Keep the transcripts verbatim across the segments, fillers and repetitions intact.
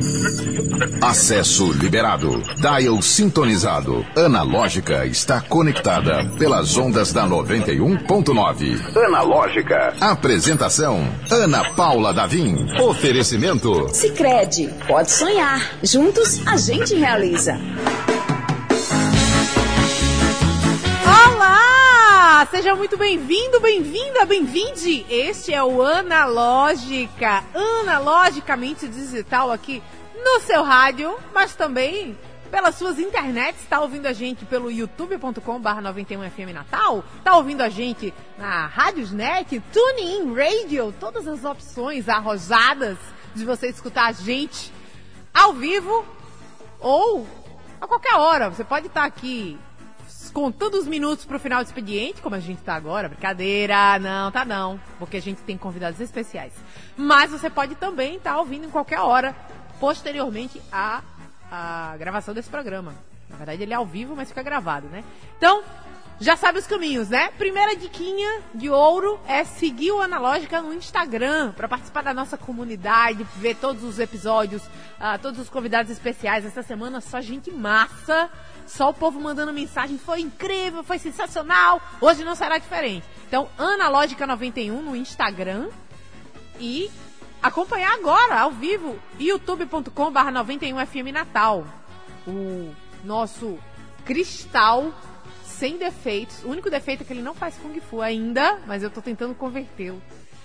Acesso liberado. Dial sintonizado. Analógica está conectada pelas ondas da noventa e um ponto nove. Analógica. Apresentação: Ana Paula Davim. Oferecimento: Sicredi. Pode sonhar. Juntos a gente realiza. Olá! Seja muito bem-vindo, bem-vinda, bem-vinde. Este é o Analógica. Analogicamente digital aqui no seu rádio, mas também pelas suas internets. Está ouvindo a gente pelo youtube ponto com barra noventa e um F M Natal? Está ouvindo a gente na Radiosnet, TuneIn, Radio, todas as opções arrojadas de você escutar a gente ao vivo ou a qualquer hora. Você pode estar aqui contando os minutos para o final do expediente, como a gente está agora. Brincadeira, não, tá não, porque a gente tem convidados especiais. Mas você pode também estar ouvindo em qualquer hora, posteriormente à, à gravação desse programa. Na verdade, ele é ao vivo, mas fica gravado, né? Então, já sabe os caminhos, né? Primeira diquinha de ouro é seguir o Analógica no Instagram para participar da nossa comunidade, ver todos os episódios, uh, todos os convidados especiais. Essa semana só gente massa, só o povo mandando mensagem. Foi incrível, foi sensacional. Hoje não será diferente. Então, Analógica noventa e um no Instagram e acompanhar agora, ao vivo, youtube ponto com barra noventa e um F M Natal. O nosso cristal sem defeitos. O único defeito é que ele não faz Kung Fu ainda, mas eu tô tentando convertê-lo.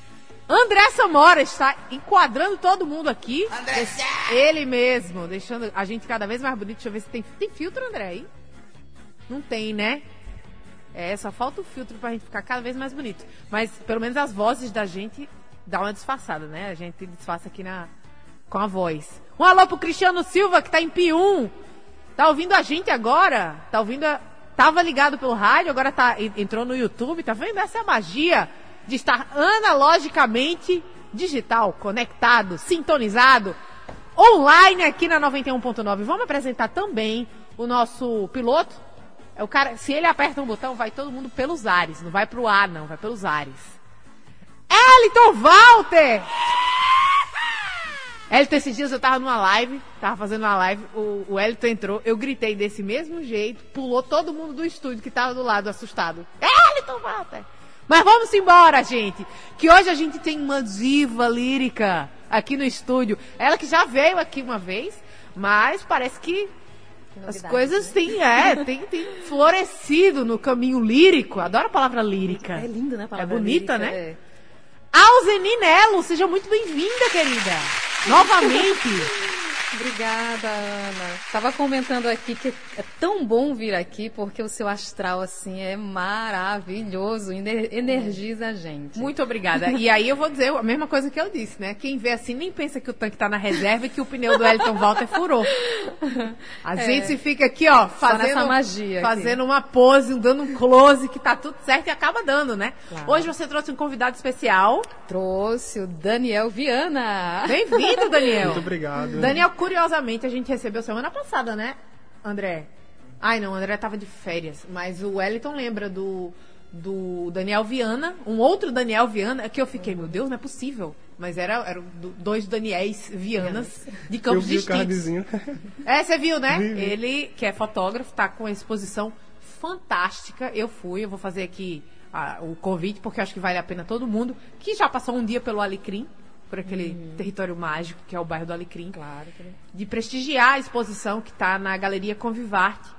André Samora está enquadrando todo mundo aqui. André! Ele mesmo, deixando a gente cada vez mais bonito. Deixa eu ver se tem, tem filtro, André, aí? Não tem, né? É, só falta o filtro pra gente ficar cada vez mais bonito. Mas, pelo menos as vozes da gente dá uma disfarçada, né? A gente disfarça aqui na, com a voz. Um alô pro Cristiano Silva, que tá em Pium. Tá ouvindo a gente agora? Tá ouvindo a... Tava ligado pelo rádio, agora tá, entrou no YouTube. Tá vendo? Essa é a magia de estar analogicamente digital, conectado, sintonizado, online aqui na noventa e um ponto nove. Vamos apresentar também o nosso piloto. É o cara, se ele aperta um botão, vai todo mundo pelos ares. Não vai pro ar, não, vai pelos ares. Eliton Walter! Eliton, esses dias eu tava numa live, tava fazendo uma live, o, o Eliton entrou, eu gritei desse mesmo jeito, pulou todo mundo do estúdio que tava do lado, assustado. Eliton Walter! Mas vamos embora, gente, que hoje a gente tem uma diva lírica aqui no estúdio. Ela que já veio aqui uma vez, mas parece que as coisas têm, é, têm, têm florescido no caminho lírico. Adoro a palavra lírica. É linda, né? A palavra é bonita, lírica, né? É. Alzeni Nelo, seja muito bem-vinda, querida. Novamente. Obrigada, Ana. Estava comentando aqui que é tão bom vir aqui porque o seu astral, assim, é maravilhoso, energiza a gente. Muito obrigada. E aí eu vou dizer a mesma coisa que eu disse, né? Quem vê assim nem pensa que o tanque tá na reserva e que o pneu do Eliton Walter furou. A é, gente fica aqui, ó, fazendo, magia fazendo uma pose, dando um close que tá tudo certo e acaba dando, né? Claro. Hoje você trouxe um convidado especial. Trouxe o Daniel Viana. Bem-vindo, Daniel. Muito obrigado. Daniel, curiosamente, a gente recebeu semana passada, né, André? Ai, não, o André tava de férias, mas o Wellington lembra do, do Daniel Viana, um outro Daniel Viana, que eu fiquei, meu Deus, não é possível. Mas eram era dois Daniéis Vianas de campos eu vi distintos. O cardzinho. É, você viu, né? Vi, vi. Ele, que é fotógrafo, tá com uma exposição fantástica. Eu fui, eu vou fazer aqui ah, o convite, porque eu acho que vale a pena todo mundo, que já passou um dia pelo Alecrim, por aquele hum. território mágico que é o bairro do Alecrim, claro, que... de prestigiar a exposição que está na Galeria Convivarte,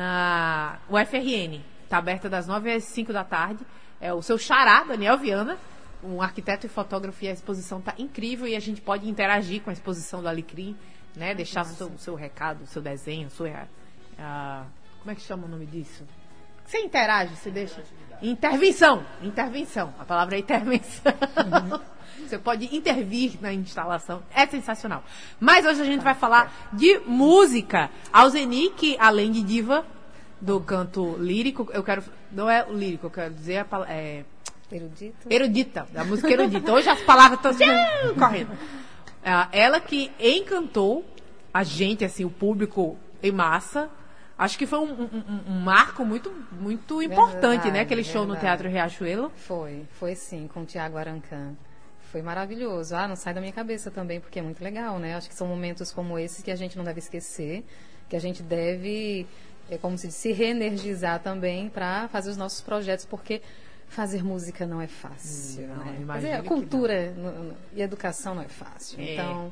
na U F R N. Está aberta das nove às cinco da tarde. É o seu xará, Daniel Viana, um arquiteto e fotógrafo, e a exposição está incrível e a gente pode interagir com a exposição do Alecrim, né? Deixar o seu, seu recado, o seu desenho, sua, uh, como é que chama o nome disso? Você interage, você deixa... Intervenção, intervenção. A palavra é intervenção. Uhum. Você pode intervir na instalação. É sensacional. Mas hoje a gente vai falar de música. Alzeni, que além de diva do canto lírico, eu quero... Não é o lírico, eu quero dizer a palavra... É, erudita. Erudita, da música erudita. Hoje as palavras estão correndo. Ela que encantou a gente, assim, o público em massa. Acho que foi um, um, um marco muito, muito importante, verdade, né? Aquele show verdade. No Teatro Riachuelo. Foi, foi sim, com o Tiago Arancan. foi maravilhoso. Ah, não sai da minha cabeça também, porque é muito legal, né? Acho que são momentos como esses que a gente não deve esquecer, que a gente deve, é como se diz, se reenergizar também para fazer os nossos projetos, porque fazer música não é fácil, não, né? Fazer a cultura no, no, e educação não é fácil. É. Então,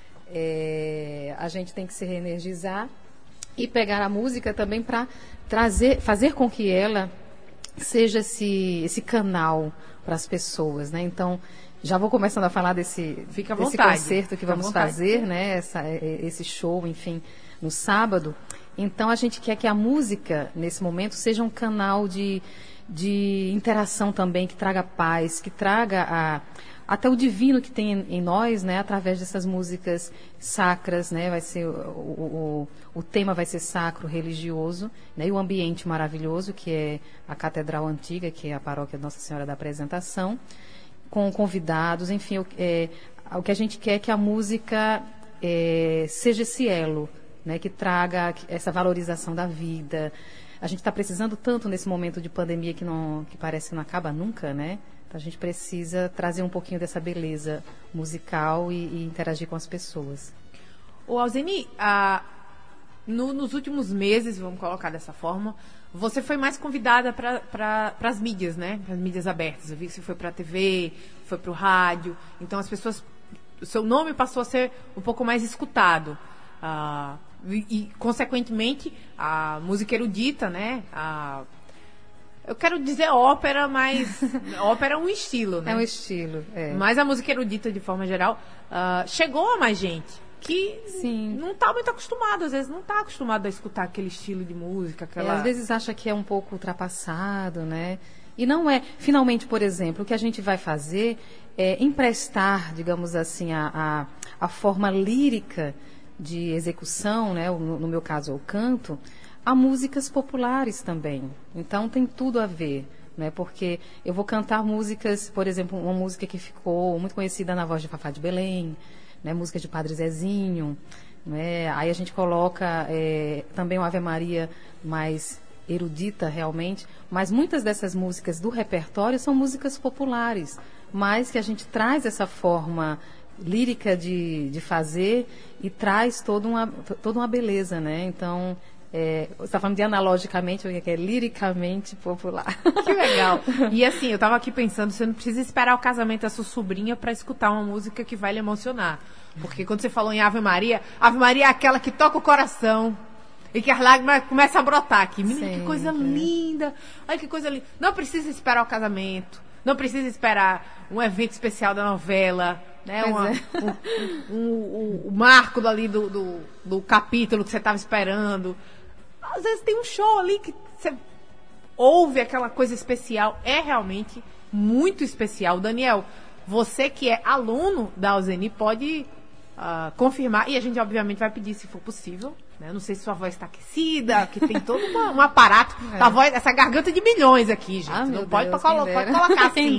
é, a gente tem que se reenergizar e pegar a música também para trazer, fazer com que ela seja esse, esse canal para as pessoas, né? Então, já vou começando a falar desse, Fica à desse vontade. concerto que Fica vamos fazer, né? Essa, esse show, enfim, no sábado. Então, a gente quer que a música, nesse momento, seja um canal de, de interação também, que traga paz, que traga a, até o divino que tem em, em nós, né? Através dessas músicas sacras, né? Vai ser o, o, o, o tema vai ser sacro, religioso, né? E o ambiente maravilhoso, que é a Catedral Antiga, que é a paróquia Nossa Senhora da Apresentação, com convidados, enfim, o, é, o que a gente quer é que a música é, seja esse elo, né? Que traga essa valorização da vida. A gente está precisando tanto nesse momento de pandemia que, não, que parece que não acaba nunca, né? Então a gente precisa trazer um pouquinho dessa beleza musical e, e interagir com as pessoas. Ô, Alzeni, ah, no, nos últimos meses, vamos colocar dessa forma, você foi mais convidada para pra, as mídias, né? Para as mídias abertas. Eu vi que você foi para a T V, foi para o rádio. Então as pessoas, o seu nome passou a ser um pouco mais escutado. Ah, e, e, consequentemente, a música erudita, né? A, eu quero dizer ópera, mas ópera é um estilo, né? É um estilo, é. Mas a música erudita, de forma geral, uh, chegou a mais gente que Sim. não está muito acostumado, às vezes não está acostumado a escutar aquele estilo de música. Aquela... É, às vezes acha que é um pouco ultrapassado, né? E não é. Finalmente, por exemplo, o que a gente vai fazer é emprestar, digamos assim, a, a, a forma lírica de execução, né? No, no meu caso, o canto, a músicas populares também. Então tem tudo a ver, né? Porque eu vou cantar músicas, por exemplo, uma música que ficou muito conhecida na voz de Fafá de Belém, né? Música de Padre Zezinho, né? Aí a gente coloca é, também uma Ave Maria mais erudita realmente, mas muitas dessas músicas do repertório são músicas populares, mas que a gente traz essa forma lírica de, de fazer e traz toda uma, toda uma beleza, né? Então, é, você está falando de analogicamente, que é liricamente popular. Que legal. E assim, eu estava aqui pensando, você não precisa esperar o casamento da sua sobrinha para escutar uma música que vai lhe emocionar. Porque quando você falou em Ave Maria, Ave Maria é aquela que toca o coração e que as lágrimas começam a brotar aqui. Menina, Sempre. Que coisa linda. Olha que coisa linda. Não precisa esperar o casamento, não precisa esperar um evento especial da novela, né? Uma, é. um, um, um, o marco ali do, do, do capítulo que você estava esperando. Às vezes tem um show ali que você ouve aquela coisa especial. É realmente muito especial. Daniel, você que é aluno da Alzeni pode uh, confirmar. E a gente, obviamente, vai pedir se for possível. Né? Não sei se sua voz está aquecida, que tem todo uma, um aparato. É. A voz, essa garganta de milhões aqui, gente. Ah, não pode, Deus, colo- pode colocar assim.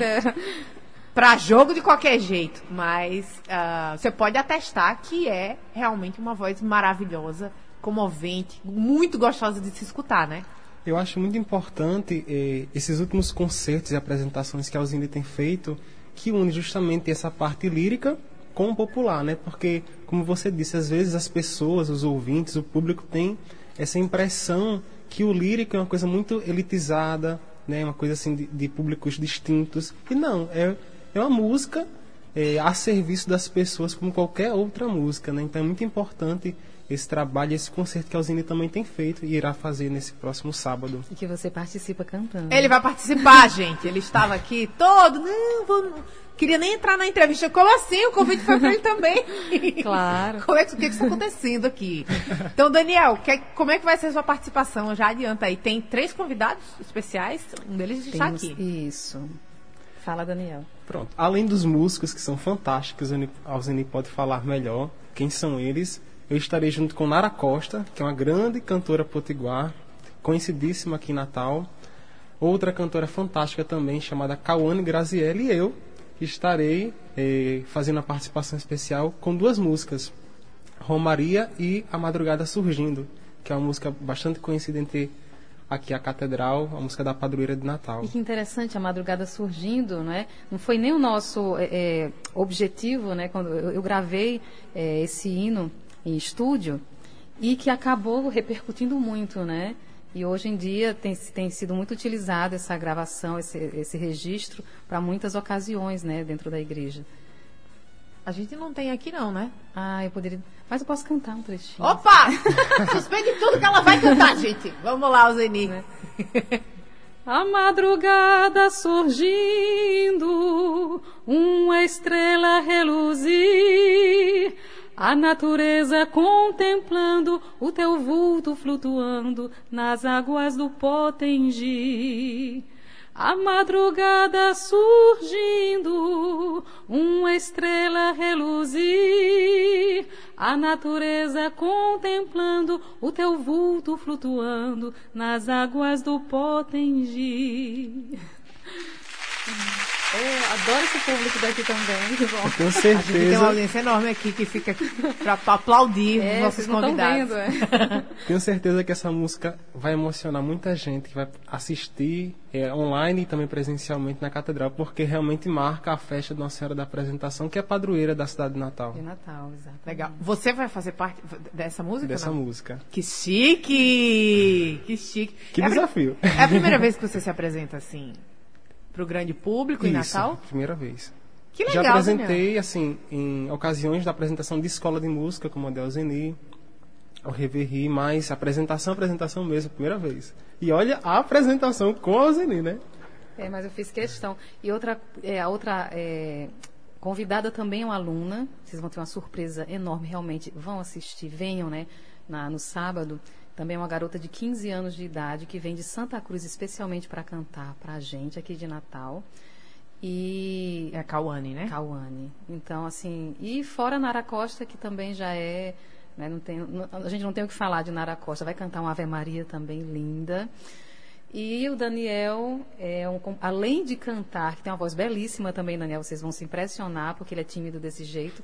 Para jogo de qualquer jeito. Mas uh, você pode atestar que é realmente uma voz maravilhosa, comovente, muito gostosa de se escutar, né? Eu acho muito importante eh, esses últimos concertos e apresentações que a Alzeni tem feito, que une justamente essa parte lírica com o popular, né? Porque, como você disse, às vezes as pessoas, os ouvintes, o público tem essa impressão que o lírico é uma coisa muito elitizada, né? Uma coisa assim de, de públicos distintos. E não, é, é uma música é, a serviço das pessoas como qualquer outra música, né? Então é muito importante esse trabalho, esse concerto que a Alzeni também tem feito e irá fazer nesse próximo sábado. E que você participa cantando. Ele vai participar, gente. Ele estava aqui todo... Não, vou... Queria nem entrar na entrevista. Como assim? O convite foi para ele também. Claro. Como é que, o que está acontecendo aqui? Então, Daniel, que, como é que vai ser a sua participação? Já adianta aí. Tem três convidados especiais. Um deles está Temos, aqui. Isso. Fala, Daniel. Pronto. Além dos músicos, que são fantásticos, a Alzeni pode falar melhor quem são eles. Eu estarei junto com Nara Costa, que é uma grande cantora potiguar, conhecidíssima aqui em Natal. Outra cantora fantástica também, chamada Cauane Graziele, e eu estarei eh, fazendo a participação especial com duas músicas, Romaria e A Madrugada Surgindo, que é uma música bastante conhecida entre aqui a Catedral, a música da Padroeira de Natal. E que interessante, a madrugada surgindo, né? Não foi nem o nosso é, é, objetivo, né? Quando eu, eu gravei é, esse hino em estúdio e que acabou repercutindo muito, né? E hoje em dia tem, tem sido muito utilizado essa gravação, esse, esse registro para muitas ocasiões, né? Dentro da igreja. A gente não tem aqui não, né? Ah, eu poderia... Mas eu posso cantar um trechinho. Opa! Suspende tudo que ela vai cantar, gente. Vamos lá, Zeni. Né? A madrugada surgindo, uma estrela reluzir, a natureza contemplando, o teu vulto flutuando nas águas do Potengi. A madrugada surgindo, uma estrela reluzir, a natureza contemplando, o teu vulto flutuando nas águas do Potengi. Eu adoro esse público daqui também. Eu tenho certeza. A gente tem uma audiência enorme aqui que fica para aplaudir é, os nossos convidados. Vendo, é. Tenho certeza que essa música vai emocionar muita gente que vai assistir é, online e também presencialmente na Catedral, porque realmente marca a festa de Nossa Senhora da Apresentação, que é a padroeira da cidade de Natal. De Natal, exato. Legal. Você vai fazer parte dessa música? Dessa não? música. Que chique! Que chique. Que é desafio. A, é a primeira vez que você se apresenta assim para o grande público Isso, em Natal? Primeira vez. Que legal, já apresentei, Daniel. assim, em ocasiões da apresentação de escola de música, como a Delzeni, o Reverie, mas apresentação, apresentação mesmo, primeira vez. E olha a apresentação com a Zeni, né? É, mas eu fiz questão. E outra, é, a outra é, convidada também é uma aluna, vocês vão ter uma surpresa enorme, realmente, vão assistir, venham, né, na, no sábado. Também é uma garota de quinze anos de idade que vem de Santa Cruz especialmente para cantar para a gente aqui de Natal. E é a Cauane, né? Cauane. Então, assim, e fora Nara Costa, que também já é, né, não tem, não, a gente não tem o que falar de Nara Costa, vai cantar uma Ave Maria também linda. E o Daniel, é um, além de cantar, que tem uma voz belíssima também, Daniel, vocês vão se impressionar, porque ele é tímido desse jeito.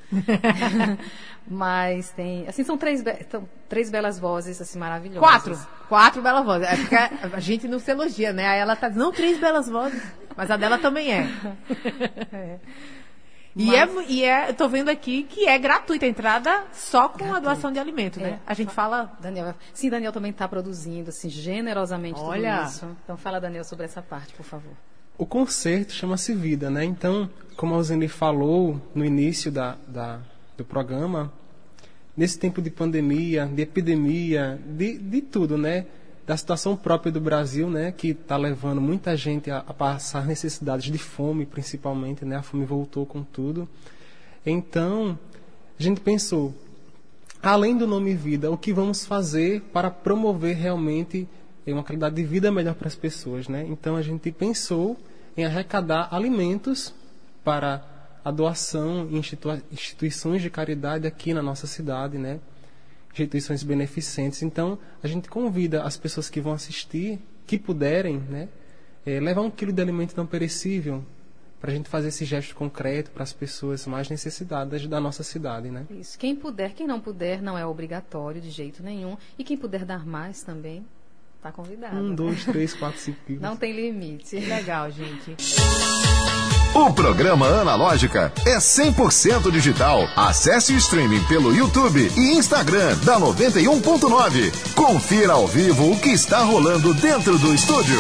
Mas tem, assim, são três, são três belas vozes, assim, maravilhosas. Quatro, quatro belas vozes. É porque a gente não se elogia, né? Aí ela tá dizendo, não, três belas vozes, mas a dela também é. é. E, mas... é, e é, eu tô vendo aqui que é gratuita a entrada só com Gratuito. a doação de alimento, né? É. A gente fala... Daniel, sim, Daniel também está produzindo, assim, generosamente Olha. tudo isso. Então fala, Daniel, sobre essa parte, por favor. O concerto chama-se Vida, né? Então, como a Zeni falou no início da, da, do programa, nesse tempo de pandemia, de epidemia, de, de tudo, né? Da situação própria do Brasil, né, que está levando muita gente a, a passar necessidades de fome, principalmente, né, a fome voltou com tudo. Então, a gente pensou, além do nome Vida, o que vamos fazer para promover realmente uma qualidade de vida melhor para as pessoas, né? Então, a gente pensou em arrecadar alimentos para a doação em institu- instituições de caridade aqui na nossa cidade, né? Instituições beneficentes. Então, a gente convida as pessoas que vão assistir, que puderem, né, é, levar um quilo de alimento não perecível para a gente fazer esse gesto concreto para as pessoas mais necessitadas da nossa cidade, né? Isso. Quem puder, quem não puder, não é obrigatório de jeito nenhum. E quem puder dar mais também, está convidado. Um, dois, três, quatro, cinco quilos. Não tem limite. Legal, gente. O programa Analógica é cem por cento digital. Acesse o streaming pelo YouTube e Instagram da noventa e um ponto nove. Confira ao vivo o que está rolando dentro do estúdio.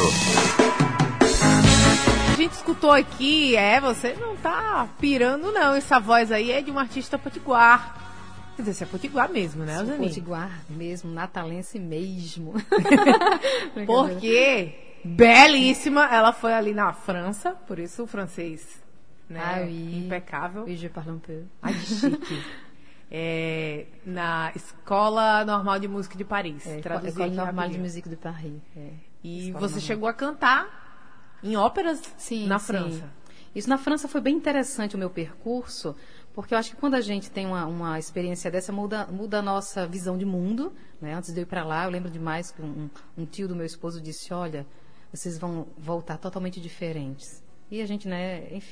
A gente escutou aqui, é, você não tá pirando não, essa voz aí é de um artista potiguar. Quer dizer, você é potiguar mesmo, né, Zeni? Potiguar mesmo, natalense mesmo. Porque... belíssima, ela foi ali na França, por isso o francês, né, ah, oui. impecável. Oui, je parle un peu. Ai, que chique. É, na Escola Normal de Música de Paris. É, Escola Normal de Música de Paris. É. E Escola você normal. chegou a cantar em óperas sim, na sim. França. Isso na França foi bem interessante o meu percurso, porque eu acho que quando a gente tem uma, uma experiência dessa, muda, muda a nossa visão de mundo, né? Antes de eu ir para lá, eu lembro demais que um, um tio do meu esposo disse, olha, vocês vão voltar totalmente diferentes. E a gente, né, enfim,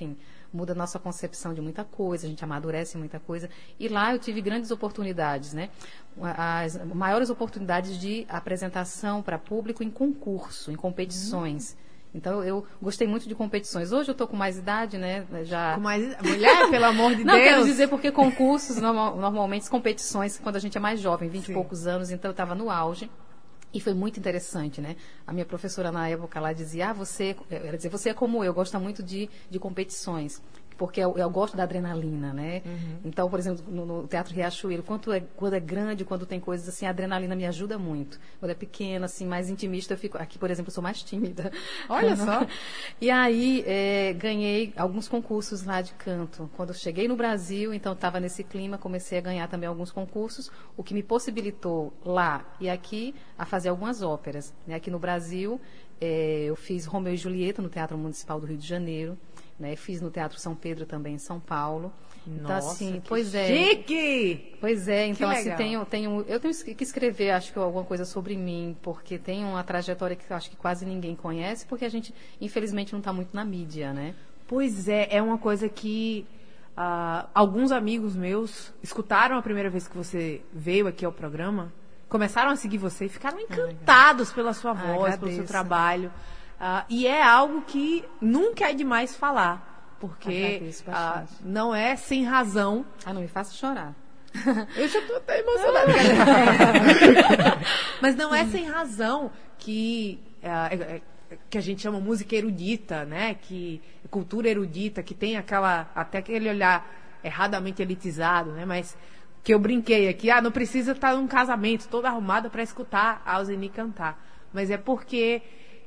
muda a nossa concepção de muita coisa, a gente amadurece muita coisa. E lá eu tive grandes oportunidades, né? As maiores oportunidades de apresentação para público em concurso, em competições. Uhum. Então, eu gostei muito de competições. Hoje eu estou com mais idade, né? Já... Com mais... Mulher, pelo amor de Não, Deus! Não, quero dizer porque concursos, normal, normalmente, competições, quando a gente é mais jovem, vinte e poucos anos, então eu estava no auge. E foi muito interessante, né? A minha professora, na época, lá dizia, ah, você... Ela dizia, você é como eu, gosta muito de, de competições. Porque eu, eu gosto da adrenalina, né? Uhum. Então, por exemplo, no, no Teatro Riachuelo, quando é, quando é grande, quando tem coisas assim, a adrenalina me ajuda muito. Quando é pequena, assim, mais intimista, eu fico... Aqui, por exemplo, eu sou mais tímida. Olha só! E aí, é, ganhei alguns concursos lá de canto. Quando eu cheguei no Brasil, então, estava nesse clima, comecei a ganhar também alguns concursos, o que me possibilitou lá e aqui a fazer algumas óperas. Né? Aqui no Brasil, é, eu fiz Romeu e Julieta no Teatro Municipal do Rio de Janeiro. Né, fiz no Teatro São Pedro também, em São Paulo. Então, Nossa, assim, que pois é. chique! Pois é, então, que assim, tenho, tenho, eu tenho que escrever, acho que alguma coisa sobre mim, porque tem uma trajetória que eu acho que quase ninguém conhece, porque a gente, infelizmente, não está muito na mídia, né? Pois é, é uma coisa que uh, alguns amigos meus escutaram a primeira vez que você veio aqui ao programa, começaram a seguir você e ficaram encantados ah, pela sua voz, ah, agradeço, pelo seu trabalho. Uh, e é algo que nunca é demais falar, porque uh, não é sem razão. Ah, não me faça chorar. Eu já estou até emocionada. Mas não é sem razão que, uh, que a gente chama música erudita, né? Que cultura erudita, que tem aquela, até aquele olhar erradamente elitizado, né? Mas que eu brinquei aqui, ah, não precisa estar num casamento toda arrumada para escutar a Alzeni cantar. Mas é porque...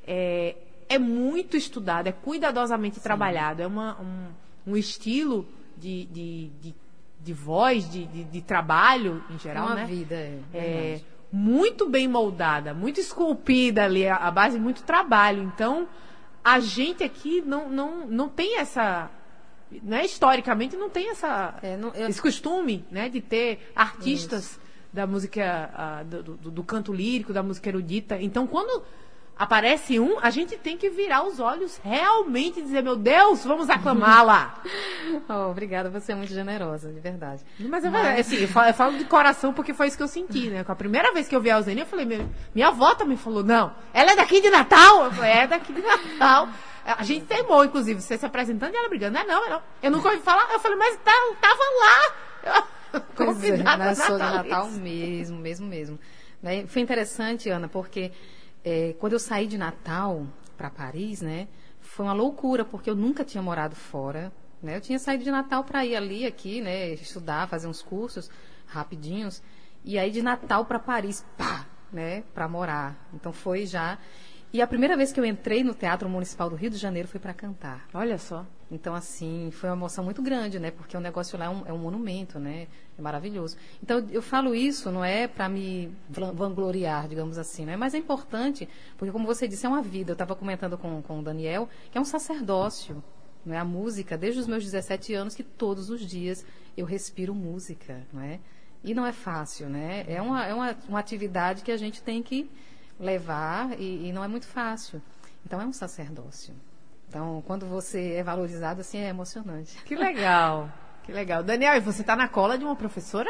É, é muito estudado, é cuidadosamente Sim. trabalhado, é uma, um, um estilo de, de, de, de voz, de, de, de trabalho em geral, é uma né? vida, é, é muito bem moldada, muito esculpida ali, a, a base de muito trabalho. Então, a gente aqui não, não, não tem essa... Né, historicamente não tem essa, é, não, eu... esse costume, né, de ter artistas Isso. da música, uh, do, do, do canto lírico, da música erudita. Então, quando... aparece um, a gente tem que virar os olhos realmente e dizer, meu Deus, vamos aclamá-la. Oh, obrigada, você é muito generosa, de verdade. Mas, Mas... assim, eu falo, eu falo de coração porque foi isso que eu senti, né? Com a primeira vez que eu vi a Alzeni, eu falei, minha, minha avó também falou, não, ela é daqui de Natal? Eu falei, é daqui de Natal. A gente teimou, inclusive, você se apresentando e ela brigando, não é não, é não. Eu nunca ouvi falar, eu falei, mas tá, tava lá. Pois é, mas sou de Natal mesmo, mesmo, mesmo. Né? Foi interessante, Ana, porque... É, quando eu saí de Natal para Paris, né, foi uma loucura, porque eu nunca tinha morado fora. Né? Eu tinha saído de Natal para ir ali, aqui, né, estudar, fazer uns cursos rapidinhos. E aí de Natal para Paris, pá, né, para morar. Então foi já... E a primeira vez que eu entrei no Teatro Municipal do Rio de Janeiro foi para cantar. Olha só. Então, assim, foi uma emoção muito grande, né? Porque o negócio lá é um, é um monumento, né? É maravilhoso. Então, eu falo isso, não é para me vangloriar, digamos assim, né? Mas é importante, porque, como você disse, é uma vida. Eu estava comentando com, com o Daniel, que é um sacerdócio. Não é? A música, desde os meus dezessete anos, que todos os dias eu respiro música, não é? E não é fácil, né? É uma, é uma, uma atividade que a gente tem que levar e, e não é muito fácil. Então, é um sacerdócio. Então, quando você é valorizado, assim, é emocionante. Que legal, que legal. Daniel, e você está na cola de uma professora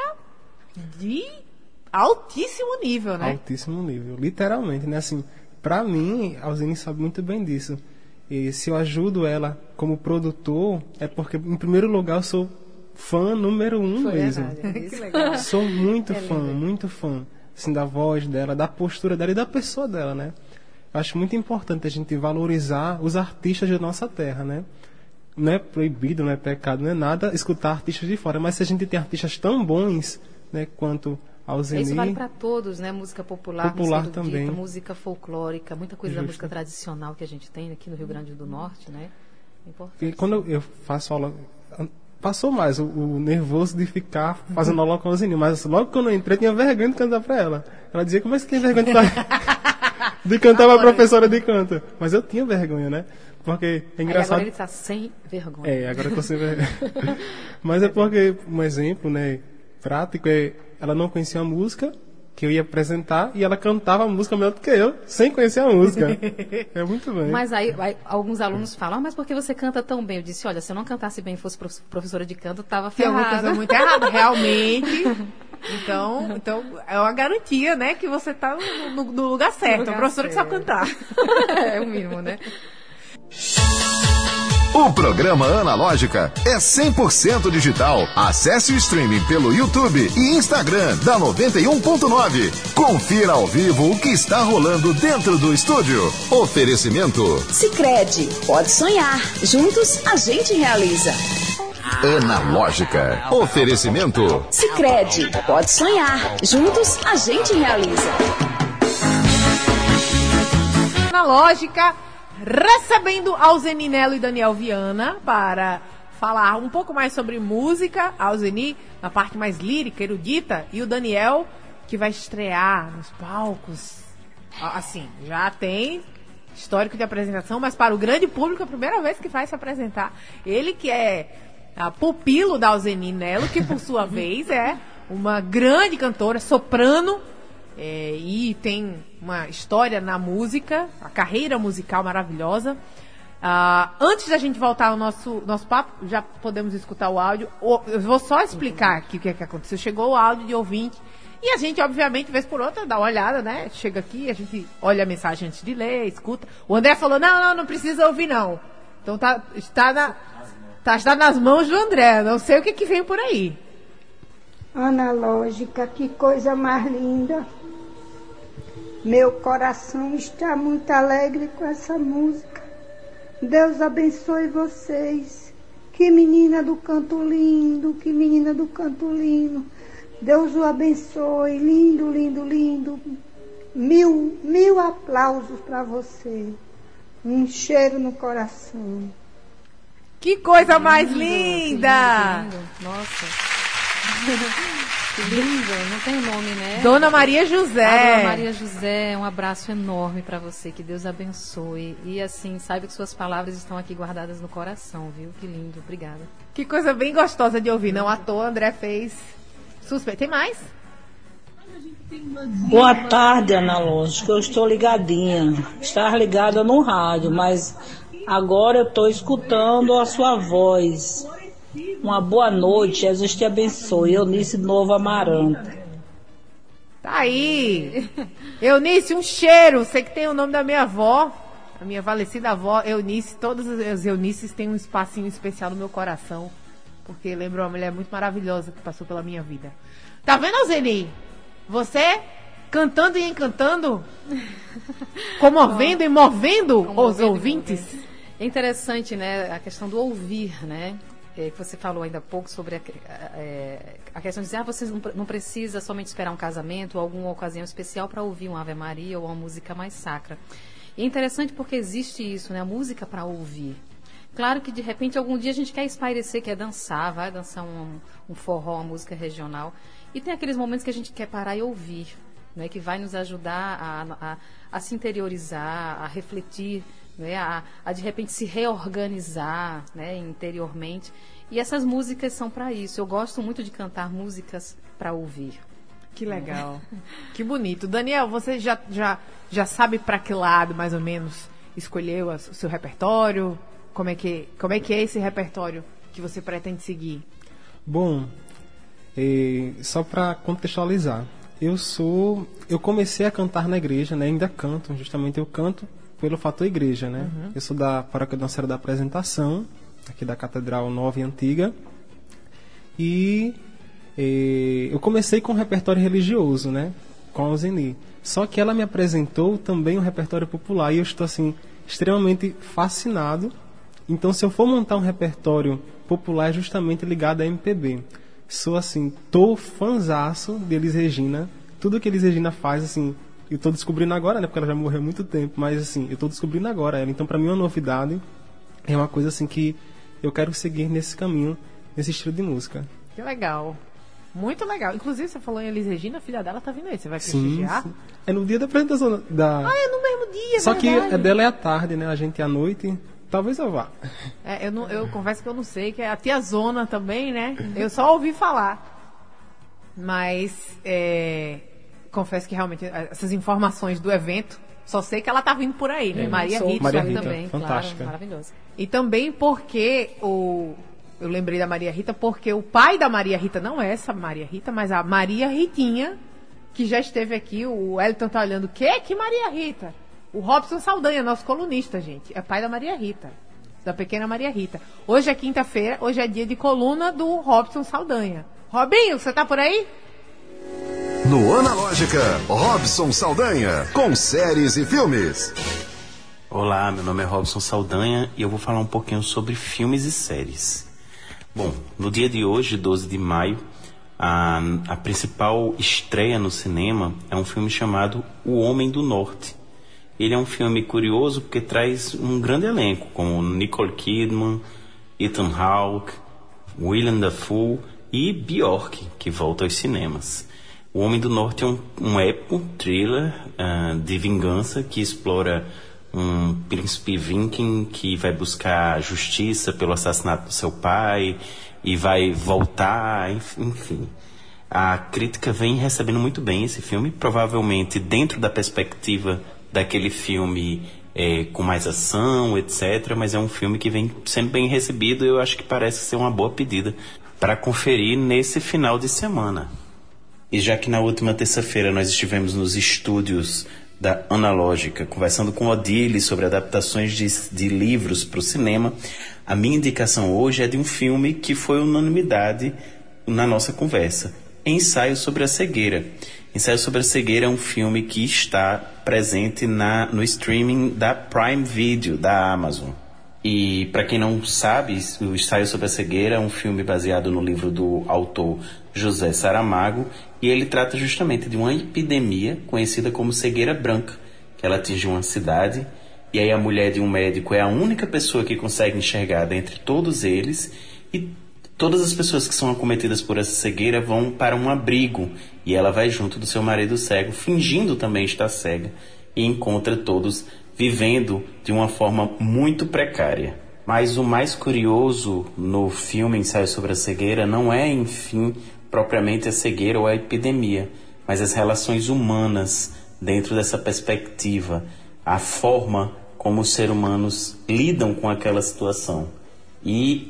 de altíssimo nível, né? Altíssimo nível, literalmente, né? Assim, pra mim, a Alzeni sabe muito bem disso. E se eu ajudo ela como produtor, é porque, em primeiro lugar, eu sou fã número um Foi mesmo. Verdade, é que legal. Sou muito é fã, lindo. muito fã. Assim, da voz dela, da postura dela e da pessoa dela, né? Acho muito importante a gente valorizar os artistas da nossa terra, né? Não é proibido, não é pecado, não é nada escutar artistas de fora, mas se a gente tem artistas tão bons, né, quanto a Alzeni... Isso vale para todos, né? Música popular, popular música erudita, também. música folclórica, muita coisa Justo. Da música tradicional que a gente tem aqui no Rio Grande do Norte, né? É importante. E quando eu, eu faço aula... Passou mais o, o nervoso de ficar fazendo aula com a Alzeni, mas logo quando eu entrei, eu tinha vergonha de cantar para ela. Ela dizia, como é que você tem vergonha de cantar? De cantar para a professora de canto. Mas eu tinha vergonha, né? Porque é engraçado. Aí agora ele está sem vergonha. É, agora eu estou sem vergonha. Mas é porque, um exemplo, né, prático, é ela não conhecia a música que eu ia apresentar e ela cantava a música melhor do que eu, sem conhecer a música. É muito bem. Mas aí, aí alguns alunos falam, ah, mas por que você canta tão bem? Eu disse, olha, se eu não cantasse bem e fosse professora de canto, estava Tem alguma ferrada. coisa muito errada, realmente. Então, então, é uma garantia, né, que você está no, no, no lugar certo. lugar a professora certo. que sabe cantar. É o mínimo, né? O programa Analógica é cem por cento digital. Acesse o streaming pelo YouTube e Instagram da noventa e um ponto nove. Confira ao vivo o que está rolando dentro do estúdio. Oferecimento Sicredi, pode sonhar. Juntos a gente realiza. Analógica. Oferecimento Sicredi, pode sonhar. Juntos a gente realiza. Analógica, recebendo Alzeni Nelo e Daniel Viana para falar um pouco mais sobre música. A Alzeni na parte mais lírica, erudita, e o Daniel que vai estrear nos palcos. Assim, já tem histórico de apresentação, mas para o grande público é a primeira vez que vai se apresentar. Ele que é a pupilo da Alzeni Nelo, que por sua vez é uma grande cantora, soprano, é, e tem uma história na música, a carreira musical maravilhosa. Uh, antes da gente voltar ao nosso, nosso papo, já podemos escutar o áudio. Eu vou só explicar aqui o que é que aconteceu. Chegou o áudio de ouvinte e a gente, obviamente, vez por outra, dá uma olhada, né? Chega aqui, a gente olha a mensagem antes de ler, escuta. O André falou, não, não, não precisa ouvir, não. Então tá, está, na, tá, está nas mãos do André. Não sei o que, que vem por aí. Analógica, que coisa mais linda. Meu coração está muito alegre com essa música. Deus abençoe vocês. Que menina do canto lindo, que menina do canto lindo. Deus o abençoe, lindo, lindo, lindo. Mil, mil aplausos para você. Um cheiro no coração. Que coisa lindo, mais linda! Que lindo, lindo. Nossa. Que lindo, não tem nome, né? Dona Maria José. A Dona Maria José, um abraço enorme para você, que Deus abençoe. E assim, saiba que suas palavras estão aqui guardadas no coração, viu? Que lindo, obrigada. Que coisa bem gostosa de ouvir, não à toa, André fez suspeito. Tem mais? Boa tarde, Analógica. Eu estou ligadinha. Estava ligada no rádio, mas agora eu estou escutando a sua voz. Uma boa noite, Jesus te abençoe. Eunice Novo Amaranto. Tá aí. Eunice, um cheiro. Sei que tem o nome da minha avó, a minha falecida avó, Eunice. Todas as Eunices têm um espacinho especial no meu coração, porque lembra uma mulher muito maravilhosa que passou pela minha vida. Tá vendo, Alzeni? Você cantando e encantando, comovendo e movendo os ouvintes. É interessante, né, a questão do ouvir, né? É, que você falou ainda há pouco sobre a, é, a questão de dizer, ah, você não, não precisa somente esperar um casamento ou alguma ocasião especial para ouvir um Ave Maria ou uma música mais sacra. E é interessante porque existe isso, né, a música para ouvir. Claro que de repente algum dia a gente quer espairecer, quer dançar, vai dançar um, um forró, uma música regional. E tem aqueles momentos que a gente quer parar e ouvir, né, que vai nos ajudar a, a, a se interiorizar, a refletir, né, a, a de repente se reorganizar, né, interiormente. E essas músicas são para isso. Eu gosto muito de cantar músicas para ouvir. Que legal. Que bonito. Daniel, você já, já, já sabe para que lado, mais ou menos, escolheu o seu repertório? Como é que, como é, que é esse repertório que você pretende seguir? Bom, é, só para contextualizar, eu sou, eu comecei a cantar na igreja, né? Ainda canto, justamente eu canto pelo fator igreja, né? Uhum. Eu sou da paróquia Nossa Senhora da Apresentação, aqui da Catedral Nova e Antiga, e eh, eu comecei com um repertório religioso, né? Com a Alzeni. Só que ela me apresentou também um repertório popular e eu estou assim extremamente fascinado. Então, se eu for montar um repertório popular, é justamente ligado a M P B. Sou assim, tô fanzaço de Elis Regina. Tudo que Elis Regina faz, assim, eu tô descobrindo agora, né? Porque ela já morreu há muito tempo, mas assim, eu tô descobrindo agora ela. Então, para mim, é uma novidade. É uma coisa assim que eu quero seguir nesse caminho, nesse estilo de música. Que legal. Muito legal. Inclusive, você falou em Elis Regina, a filha dela tá vindo aí. Você vai Sim, prestigiar? sim. É no dia da apresentação da... Ah, é no mesmo dia, Só verdade. que a dela é à tarde, né? A gente é à noite. Talvez eu vá. É, eu, não, eu confesso que eu não sei, que é a Tia Zona também, né? Eu só ouvi falar. Mas, é... confesso que realmente essas informações do evento, só sei que ela tá vindo por aí, né? É, Maria Sou, Rita. Maria sou Rita, também, fantástica. claro, maravilhosa. E também porque o... Eu lembrei da Maria Rita porque o pai da Maria Rita, não é essa Maria Rita, mas a Maria Ritinha, que já esteve aqui, o Elton tá olhando, o quê? Que Maria Rita? O Robson Saldanha, nosso colunista, gente, é pai da Maria Rita, da pequena Maria Rita. Hoje é quinta-feira, hoje é dia de coluna do Robson Saldanha. Robinho, você tá por aí? No Analógica, Robson Saldanha, com séries e filmes. Olá, meu nome é Robson Saldanha e eu vou falar um pouquinho sobre filmes e séries. Bom, no dia de hoje, doze de maio, a, a principal estreia no cinema é um filme chamado O Homem do Norte. Ele é um filme curioso porque traz um grande elenco, como Nicole Kidman, Ethan Hawke, Willem Dafoe e Björk, que volta aos cinemas. O Homem do Norte é um, um épico thriller uh, de vingança que explora um príncipe viking que vai buscar justiça pelo assassinato do seu pai e vai voltar, enfim. A crítica vem recebendo muito bem esse filme, provavelmente dentro da perspectiva daquele filme é, com mais ação, etcétera. Mas é um filme que vem sendo bem recebido e eu acho que parece ser uma boa pedida para conferir nesse final de semana. E já que na última terça-feira nós estivemos nos estúdios da Analógica, conversando com Odile sobre adaptações de, de livros para o cinema, a minha indicação hoje é de um filme que foi unanimidade na nossa conversa. Ensaio sobre a Cegueira. Ensaio sobre a Cegueira é um filme que está presente na, no streaming da Prime Video, da Amazon. E para quem não sabe, o Ensaio sobre a Cegueira é um filme baseado no livro do autor José Saramago, e ele trata justamente de uma epidemia conhecida como cegueira branca, que ela atinge uma cidade, e aí a mulher de um médico é a única pessoa que consegue enxergar dentre todos eles, e todas as pessoas que são acometidas por essa cegueira vão para um abrigo, e ela vai junto do seu marido cego, fingindo também estar cega, e encontra todos vivendo de uma forma muito precária. Mas o mais curioso no filme Ensaio sobre a Cegueira não é, enfim, propriamente a cegueira ou a epidemia, mas as relações humanas dentro dessa perspectiva, a forma como os seres humanos lidam com aquela situação. E,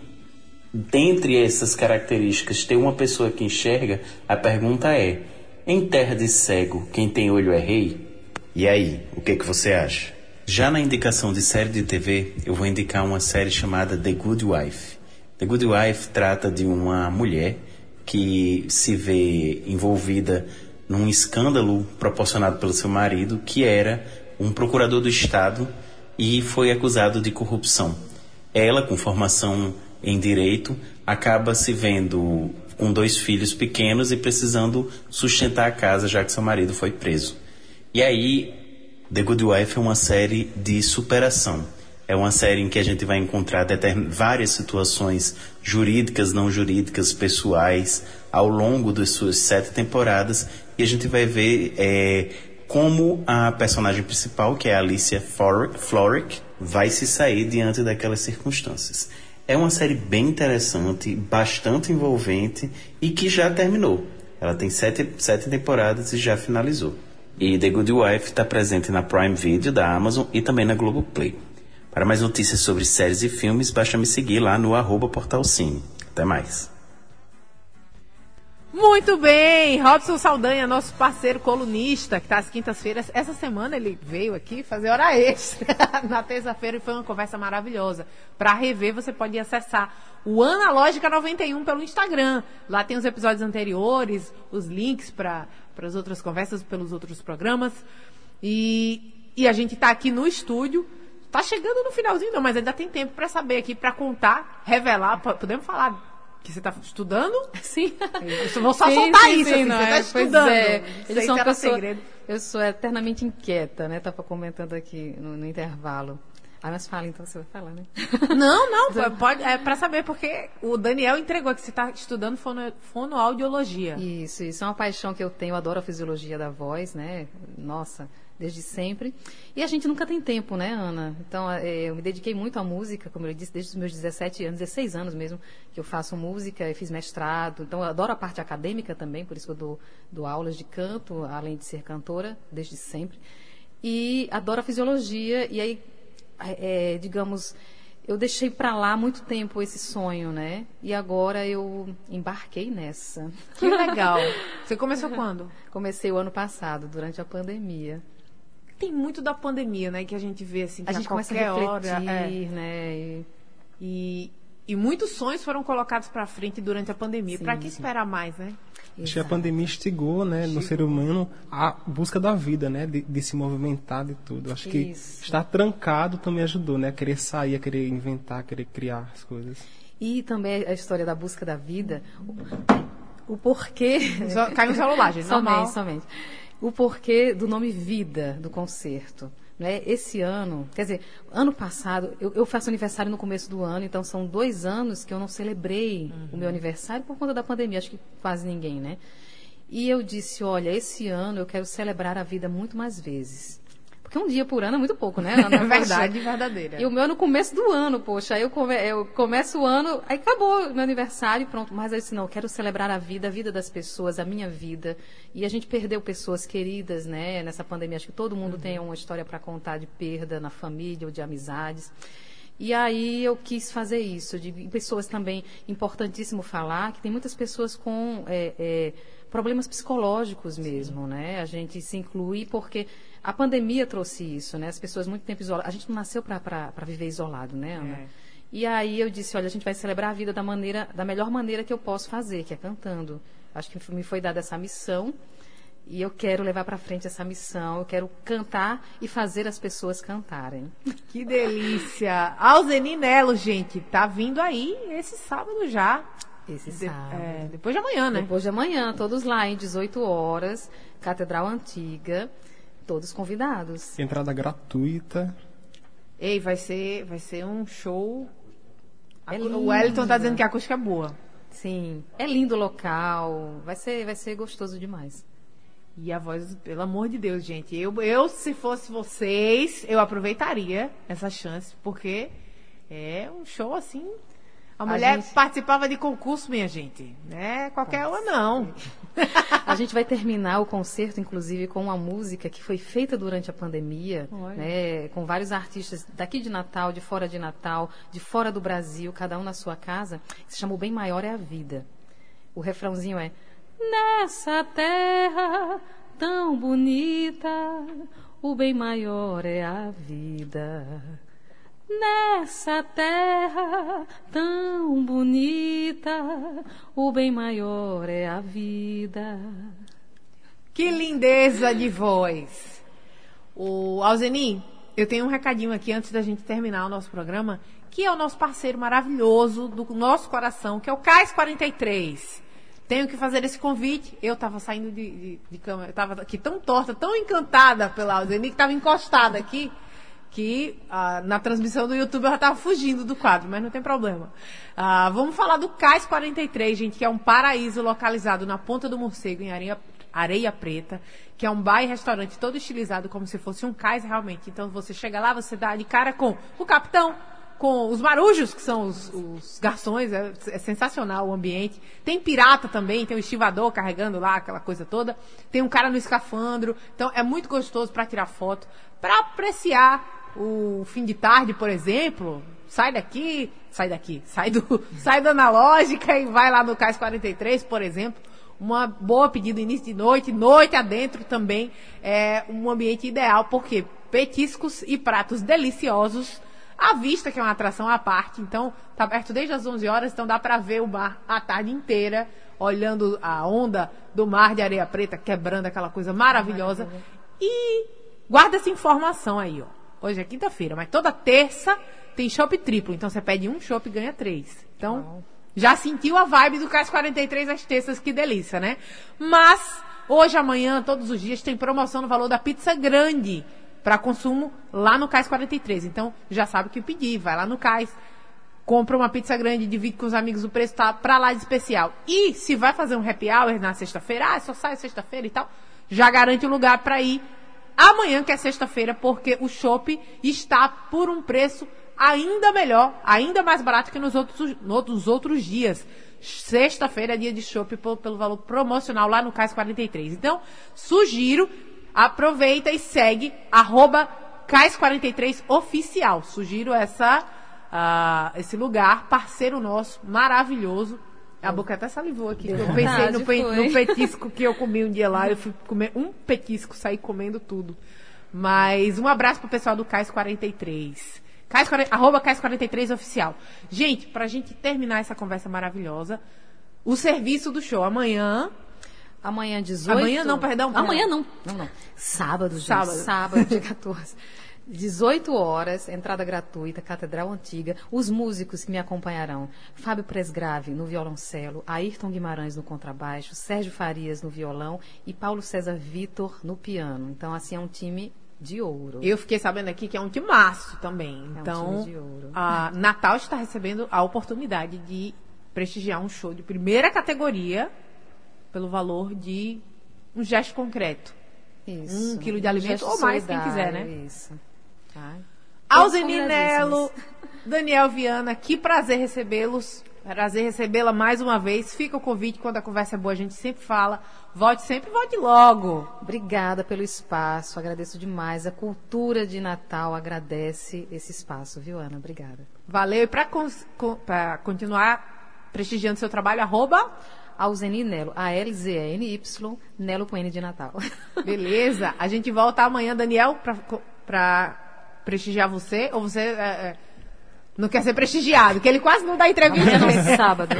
dentre essas características, ter uma pessoa que enxerga, a pergunta é: em terra de cego, quem tem olho é rei? E aí, o que, que você acha? Já na indicação de série de T V, eu vou indicar uma série chamada The Good Wife. The Good Wife trata de uma mulher que se vê envolvida num escândalo proporcionado pelo seu marido, que era um procurador do Estado e foi acusado de corrupção. Ela, com formação em direito, acaba se vendo com dois filhos pequenos e precisando sustentar a casa, já que seu marido foi preso. E aí, The Good Wife é uma série de superação. É uma série em que a gente vai encontrar várias situações jurídicas, não jurídicas, pessoais, ao longo das suas sete temporadas, e a gente vai ver é, como a personagem principal, que é a Alicia Florrick, vai se sair diante daquelas circunstâncias. É uma série bem interessante, bastante envolvente e que já terminou. Ela tem sete, sete temporadas e já finalizou. E The Good Wife está presente na Prime Video da Amazon e também na Globoplay. Para mais notícias sobre séries e filmes, basta me seguir lá no arroba Portal Cine. Até mais. Muito bem, Robson Saldanha, nosso parceiro colunista, que está às quintas-feiras. Essa semana ele veio aqui fazer hora extra na terça-feira e foi uma conversa maravilhosa. Para rever, você pode acessar o Analógica noventa e um pelo Instagram. Lá tem os episódios anteriores, os links para as outras conversas pelos outros programas. E, e a gente está aqui no estúdio. Tá chegando no finalzinho, não, mas ainda tem tempo para saber aqui, para contar, revelar. Podemos falar que você está estudando? Sim. Eu vou só sim, soltar sim, isso, sim, assim, não, você está é, estudando. É. Eles são pessoa, segredo. Eu sou eternamente inquieta, né? Estava comentando aqui no, no intervalo. Ah, mas fala então, você vai falar, né? Não, não, pode, é pra saber, porque o Daniel entregou que você está estudando fono, fonoaudiologia. Isso, isso é uma paixão que eu tenho, eu adoro a fisiologia da voz, né? Nossa, desde sempre. E a gente nunca tem tempo, né, Ana? Então, é, eu me dediquei muito à música, como eu disse, desde os meus dezessete anos, dezesseis anos mesmo, que eu faço música, eu fiz mestrado. Então, eu adoro a parte acadêmica também, por isso que eu dou, dou aulas de canto, além de ser cantora, desde sempre. E adoro a fisiologia, e aí, é, digamos, eu deixei para lá há muito tempo esse sonho, né? E agora eu embarquei nessa. Que legal. Você começou quando? Comecei o ano passado, durante a pandemia. Tem muito da pandemia, né? Que a gente vê assim, que a gente a começa a qualquer refletir, hora, é. né? E... E, e muitos sonhos foram colocados para frente durante a pandemia. Para que esperar mais, né? Acho que a pandemia instigou, né, no ser humano a busca da vida, né, de, de se movimentar de tudo. Acho que Isso. estar trancado também ajudou, né, a querer sair, a querer inventar, a querer criar as coisas. E também a história da busca da vida, o, o porquê... Cai no celular, gente, normal. Somente, somente. O porquê do nome Vida, do concerto. Né? Esse ano, quer dizer, ano passado, eu, eu faço aniversário no começo do ano, então são dois anos que eu não celebrei uhum. o meu aniversário por conta da pandemia, acho que quase ninguém, né? E eu disse, olha, esse ano eu quero celebrar a vida muito mais vezes. Porque um dia por ano é muito pouco, né, Ana? É verdade, verdadeira. E o meu é no começo do ano, poxa, aí eu, come, eu começo o ano, aí acabou o meu aniversário, pronto. Mas eu disse, não, eu quero celebrar a vida, a vida das pessoas, a minha vida. E a gente perdeu pessoas queridas, né, nessa pandemia. Acho que todo mundo uhum. tem uma história para contar de perda na família ou de amizades. E aí eu quis fazer isso. De pessoas também, importantíssimo falar, que tem muitas pessoas com é, é, problemas psicológicos mesmo, Sim. né? A gente se inclui porque a pandemia trouxe isso, né? As pessoas muito tempo isoladas. A gente não nasceu para viver isolado, né, Ana? É. E aí eu disse, olha, a gente vai celebrar a vida da maneira, da melhor maneira que eu posso fazer, que é cantando. Acho que me foi dada essa missão e eu quero levar para frente essa missão. Eu quero cantar e fazer as pessoas cantarem. Que delícia! Alzeni Nelo, gente, tá vindo aí esse sábado já. Esse de, sábado. É, depois de amanhã, né? Depois de amanhã, todos lá em dezoito horas, Catedral Antiga. Todos convidados. Entrada gratuita. Ei, vai ser, vai ser um show. É o Wellington tá dizendo que a acústica é boa. Sim, é lindo o local. Vai ser, vai ser gostoso demais. E a voz, pelo amor de Deus, gente. Eu, eu, se fosse vocês, eu aproveitaria essa chance, porque é um show assim. A, a mulher gente... participava de concurso, minha gente. Não é qualquer uma, não. A gente vai terminar o concerto, inclusive, com uma música que foi feita durante a pandemia, né, com vários artistas daqui de Natal, de fora de Natal, de fora do Brasil, cada um na sua casa, que se chama O Bem Maior é a Vida. O refrãozinho é: nessa terra tão bonita, o bem maior é a vida. Nessa terra tão bonita, o bem maior é a vida. Que lindeza de voz. O Alzeni, eu tenho um recadinho aqui antes da gente terminar o nosso programa, que é o nosso parceiro maravilhoso do nosso coração, que é o Cais quarenta e três. Tenho que fazer esse convite. Eu estava saindo de, de, de cama, eu estava aqui tão torta, tão encantada pela Alzeni, que estava encostada aqui, que ah, na transmissão do YouTube eu já estava fugindo do quadro, mas não tem problema. Ah, vamos falar do Cais quarenta e três, gente, que é um paraíso localizado na Ponta do Morcego, em Areia, Areia Preta, que é um bar e restaurante todo estilizado como se fosse um cais realmente. Então você chega lá, você dá de cara com o capitão, com os marujos, que são os, os garçons, é, é sensacional o ambiente. Tem pirata também, tem o estivador carregando lá, aquela coisa toda. Tem um cara no escafandro. Então é muito gostoso para tirar foto, para apreciar o fim de tarde, por exemplo. Sai daqui, sai daqui, sai do, sai da analógica e vai lá no Cais quarenta e três, por exemplo. Uma boa pedida início de noite, noite adentro também é um ambiente ideal, porque petiscos e pratos deliciosos à vista, que é uma atração à parte. Então, tá aberto desde as onze horas, então dá para ver o mar a tarde inteira, olhando a onda do mar de Areia Preta, quebrando aquela coisa maravilhosa. E guarda essa informação aí, ó. Hoje é quinta-feira, mas toda terça tem chopp triplo. Então, você pede um chopp e ganha três. Então, já sentiu a vibe do Cais quarenta e três às terças, que delícia, né? Mas, hoje, amanhã, todos os dias, tem promoção no valor da pizza grande. para consumo lá no Cais quarenta e três. Então, já sabe o que pedir, vai lá no Cais, compra uma pizza grande, divide com os amigos, o preço tá pra lá de especial. E se vai fazer um happy hour na sexta-feira, ah, só sai sexta-feira e tal, já garante o lugar para ir amanhã, que é sexta-feira, porque o chopp está por um preço ainda melhor, ainda mais barato que nos outros, nos outros dias. Sexta-feira é dia de chopp pelo valor promocional lá no Cais quarenta e três. Então, sugiro, aproveita e segue arroba Cais quarenta e três oficial. Sugiro essa, uh, esse lugar, parceiro nosso, maravilhoso. A boca até salivou aqui. Eu pensei Verdade, no, pe no petisco que eu comi um dia lá. Eu fui comer um petisco, saí comendo tudo. Mas um abraço pro pessoal do Cais quarenta e três. Cais, arroba Cais quarenta e três oficial. Gente, pra gente terminar essa conversa maravilhosa, o serviço do show amanhã. Amanhã, dezoito. Amanhã não, perdão. Amanhã não. Não, não. Sábado, gente. Sábado. Sábado, dia quatorze. dezoito horas, entrada gratuita, Catedral Antiga. Os músicos que me acompanharão: Fábio Presgrave no violoncelo, Ayrton Guimarães no contrabaixo, Sérgio Farias no violão e Paulo César Vitor no piano. Então, assim, é um time de ouro. Eu fiquei sabendo aqui que é um timaço também. É então, um time de ouro. A Natal está recebendo a oportunidade de prestigiar um show de primeira categoria pelo valor de um gesto concreto. Isso. Um quilo de alimento Um ou mais, quem solidário, quiser, né? Isso. Tá. Alzeni Nelo, Daniel Viana, que prazer recebê-los. Prazer recebê-la mais uma vez. Fica o convite, quando a conversa é boa, a gente sempre fala. Volte sempre, volte logo. Obrigada pelo espaço, agradeço demais. A cultura de Natal agradece esse espaço, viu, Ana? Obrigada. Valeu. E para con continuar prestigiando seu trabalho, arroba... Alzeni Nelo, A L Z E N Y, Nelo com N de Natal. Beleza. A gente volta amanhã, Daniel, para prestigiar você, ou você... É, é, não quer ser prestigiado, que ele quase não dá entrevista. Amanhã não, sábado.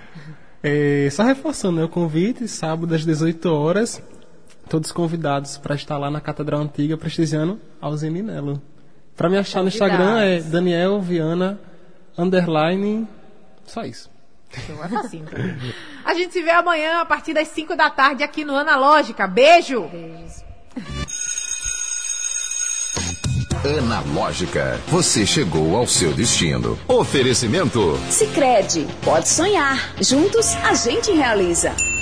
É, só reforçando, né, o convite, sábado às dezoito horas, todos convidados para estar lá na Catedral Antiga prestigiando Alzeni Nelo. Para me achar Convidados. no Instagram é Daniel Viana underline, só isso. Assim, a gente se vê amanhã a partir das cinco da tarde aqui no Analógica. Beijo! Beijos. Analógica, você chegou ao seu destino. Oferecimento Sicredi, pode sonhar. Juntos a gente realiza.